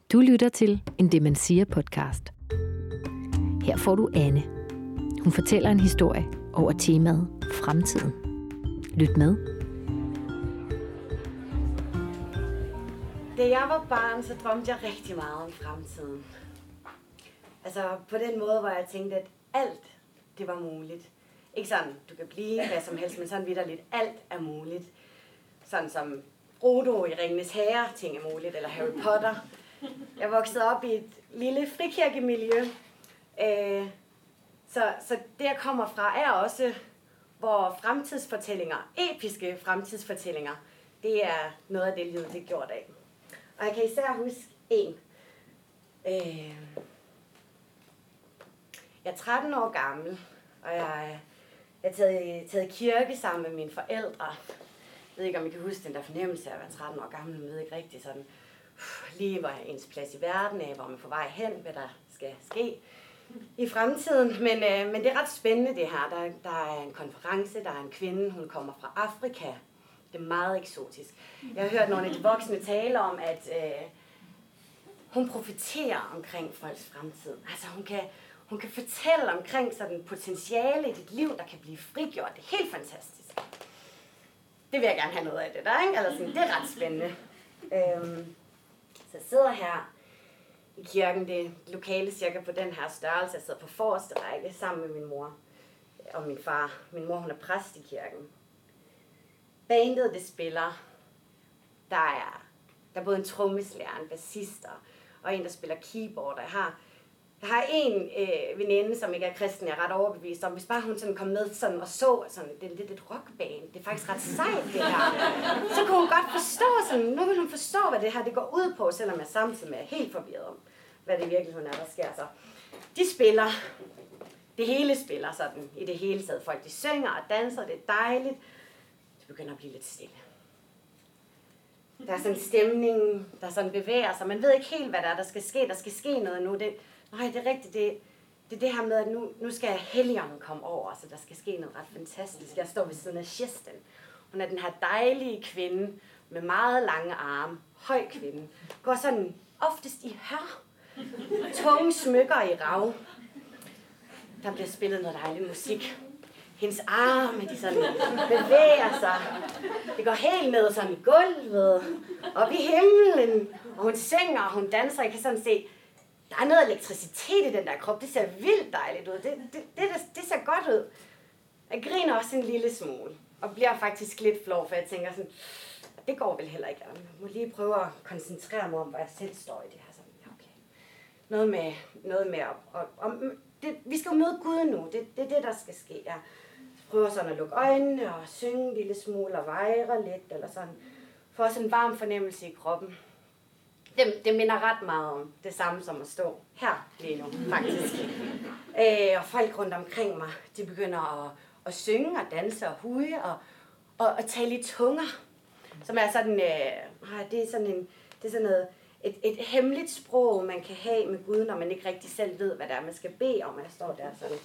Du lytter til en Det Man Siger podcast. Her får du Anne. Hun fortæller en historie over temaet fremtiden. Lyt med. Da jeg var barn, så drømte jeg rigtig meget om fremtiden. Altså på den måde, hvor jeg tænkte, at alt det var muligt. Ikke sådan, du kan blive hvad som helst, men sådan vitterligt, alt er muligt. Sådan som Frodo i Ringenes Herre, ting er muligt, eller Harry Potter. Jeg voksede op i et lille frikirkemiljø. Så det, jeg kommer fra, er også, hvor fremtidsfortællinger, episke fremtidsfortællinger, det er noget af det, livet det er gjort af. Og jeg kan især huske en. Jeg er 13 år gammel, og jeg er taget i kirke sammen med mine forældre. Jeg ved ikke, om I kan huske den der fornemmelse af at være 13 år gammel, men jeg ved ikke rigtig sådan, lige hvor ens plads i verden er, hvor man er på vej hen, hvad der skal ske i fremtiden. Men det er ret spændende det her. Der er en konference, der er en kvinde, hun kommer fra Afrika. Det er meget eksotisk. Jeg har hørt nogle af de voksne tale om, at hun profiterer omkring folks fremtid. Altså hun kan fortælle omkring sådan potentiale i dit liv, der kan blive frigjort. Det er helt fantastisk. Det vil jeg gerne have noget af det der, ikke? Eller sådan, det er ret spændende. Så jeg sidder her i kirken, det lokale cirka på den her størrelse. Jeg sidder på forreste række sammen med min mor og min far. Min mor, hun er præst i kirken. Bandet, det spiller. Der er både en trommeslager, en bassist og en, der spiller keyboard. Jeg har en veninde, som ikke er kristen, jeg er ret overbevist om. Hvis bare hun sådan kom med sådan og så sådan, det er lidt et rockband. Det er faktisk ret sejt, det her. Så kunne hun godt forstå sådan, nu vil hun forstå, hvad det her det går ud på, selvom jeg samtidig er helt forvirret om, hvad det i virkeligheden er, der sker så. De spiller. Det hele spiller sådan i det hele taget. Folk de synger og danser, det er dejligt. Det begynder at blive lidt stille. Der er sådan en stemning, der sådan bevæger sig. Man ved ikke helt, hvad der skal ske. Der skal ske noget nu. Nej, det er rigtigt. Det er det her med, at nu skal Helligånden komme over, så der skal ske noget ret fantastisk. Jeg står ved siden af Kirsten. Hun er den her dejlige kvinde med meget lange arme. Høj kvinde. Går sådan oftest i hør. Tunge smykker i rav. Der bliver spillet noget dejlig musik. Hendes arme, de sådan bevæger sig. Det går helt ned sådan i gulvet. Op i himlen. Og hun synger, og hun danser. Jeg kan sådan se, der er noget elektricitet i den der krop. Det ser vildt dejligt ud. Det ser godt ud. Jeg griner også en lille smule. Og bliver faktisk lidt flov, for jeg tænker sådan, det går vel heller ikke. Jeg må lige prøve at koncentrere mig om, hvor jeg selv står i det her. Sådan, ja, okay. Noget med vi skal jo møde Gud nu. Det er det, der skal ske. Jeg prøver sådan at lukke øjnene og synge en lille smule og vejre lidt. Eller sådan. Få sådan en varm fornemmelse i kroppen. Det minder ret meget om det samme som at stå her lige nu, faktisk. Og folk rundt omkring mig, de begynder at synge og danse og huge og tale i tunger. Som er sådan, det er sådan noget, et hemmeligt sprog, man kan have med Gud, når man ikke rigtig selv ved, hvad det er, man skal bede om. Jeg står der sådan.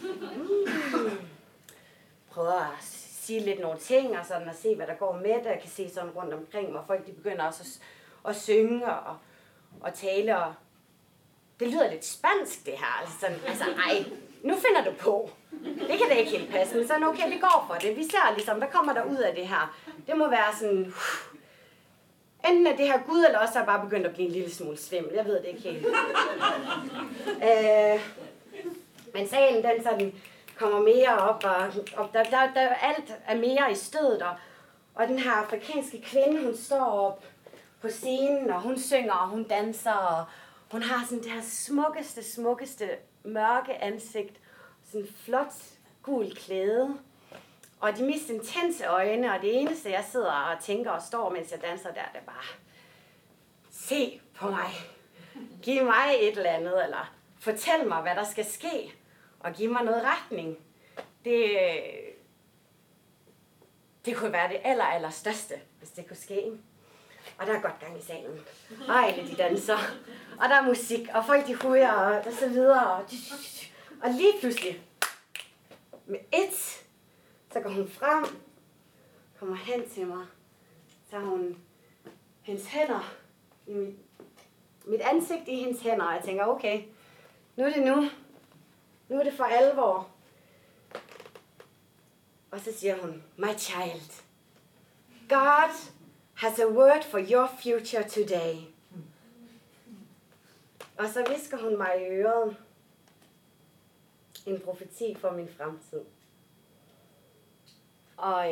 Prøver at sige lidt nogle ting og sådan, og se, hvad der går med det. Jeg kan se sådan rundt omkring mig, folk de begynder også at synge og tale, og det lyder lidt spansk det her, altså ej, nu finder du på. Det kan da ikke helt passe, men sådan okay, vi går for det. Vi ser ligesom, hvad kommer der ud af det her? Det må være sådan, enten er det her Gud, eller også er bare begyndt at blive en lille smule svimmel. Jeg ved det ikke helt. Men sagen, den sådan kommer mere op, og der alt er mere i stødet, og den her afrikanske kvinde, hun står op på scenen, og hun synger, og hun danser, og hun har sådan det her smukkeste mørke ansigt, sådan en flot gul klæde, og de mest intense øjne, og det eneste, jeg sidder og tænker og står, mens jeg danser der, det er bare, se på mig, giv mig et eller andet, eller fortæl mig, hvad der skal ske, og giv mig noget retning. Det kunne være det allerstørste, hvis det kunne ske. Og der er godt gang i salen. Og alle de danser. Og der er musik, og folk de hujer, og så videre. Og lige pludselig, med så går hun frem, kommer hen til mig. Så har hun hendes hænder mit ansigt i hendes hænder, og jeg tænker, okay, nu er det nu. Nu er det for alvor. Og så siger hun, my child, God has a word for your future today. Og så visker hun mig i øret en profeti for min fremtid. Og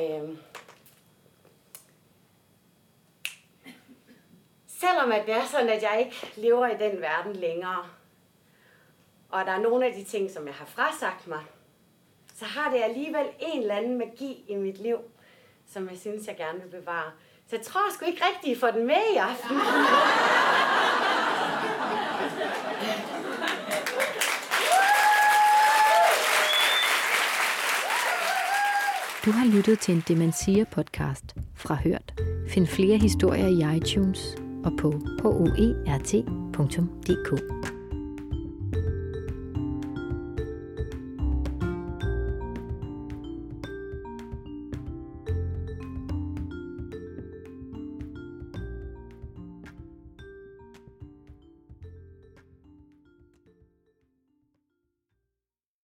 selvom at det er sådan, at jeg ikke lever i den verden længere, og der er nogle af de ting, som jeg har frasagt mig, så har det alligevel en eller anden magi i mit liv, som jeg synes, jeg gerne vil bevare. Så jeg tror sgu ikke rigtig, I får den med i aften. Du har lyttet til en Demensia-podcast fra Hørt. Find flere historier i iTunes og på hoert.dk.